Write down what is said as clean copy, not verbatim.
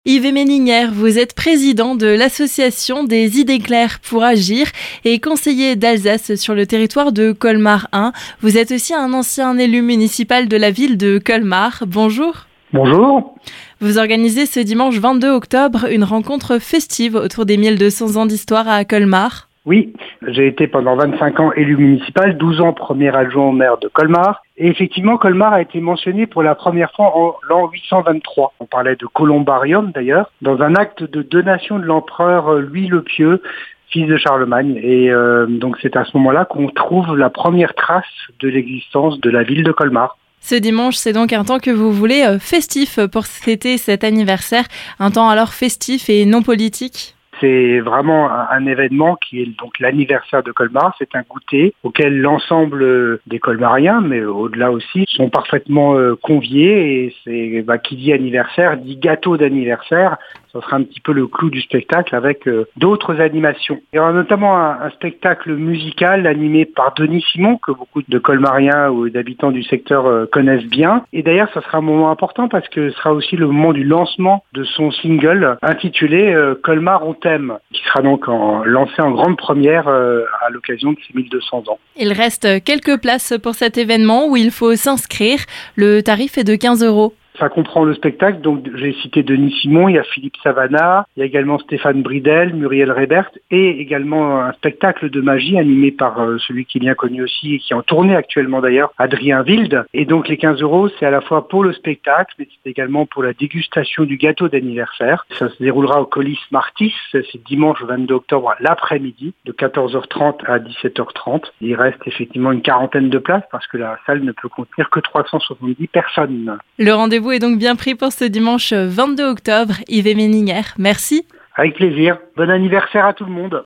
Yves Méninière, vous êtes président de l'association des idées claires pour agir et conseiller d'Alsace sur le territoire de Colmar 1. Vous êtes aussi un ancien élu municipal de la ville de Colmar. Bonjour. Bonjour. Vous organisez ce dimanche 22 octobre une rencontre festive autour des 1200 ans d'histoire à Colmar. Oui, j'ai été pendant 25 ans élu municipal, 12 ans premier adjoint au maire de Colmar. Et effectivement, Colmar a été mentionné pour la première fois en l'an 823. On parlait de columbarium d'ailleurs, dans un acte de donation de l'empereur Louis le Pieux, fils de Charlemagne. Et donc c'est à ce moment-là qu'on trouve la première trace de l'existence de la ville de Colmar. Ce dimanche, c'est donc un temps que vous voulez festif pour fêter cet anniversaire, un temps alors festif et non politique. C'est vraiment un événement qui est donc l'anniversaire de Colmar. C'est un goûter auquel l'ensemble des Colmariens, mais au-delà aussi, sont parfaitement conviés. Et c'est qui dit anniversaire, dit gâteau d'anniversaire. Ça sera un petit peu le clou du spectacle avec d'autres animations. Il y aura notamment un spectacle musical animé par Denis Simon, que beaucoup de Colmariens ou d'habitants du secteur connaissent bien. Et d'ailleurs, ça sera un moment important parce que ce sera aussi le moment du lancement de son single intitulé Colmar on t'aime, qui sera donc lancé en grande première à l'occasion de ces 1200 ans. Il reste quelques places pour cet événement où il faut s'inscrire. Le tarif est de 15 €. Ça comprend le spectacle, donc j'ai cité Denis Simon, il y a Philippe Savana, il y a également Stéphane Bridel, Muriel Rebert, et également un spectacle de magie animé par celui qui est bien connu aussi et qui est en tournée actuellement d'ailleurs, Adrien Wild. Et donc les 15 €, c'est à la fois pour le spectacle, mais c'est également pour la dégustation du gâteau d'anniversaire. Ça se déroulera au Colis Martis, c'est dimanche 22 octobre l'après-midi, de 14h30 à 17h30. Il reste effectivement une quarantaine de places parce que la salle ne peut contenir que 370 personnes. Le rendez-vous est donc bien pris pour ce dimanche 22 octobre. Yves Méninière, merci. Avec plaisir. Bon anniversaire à tout le monde.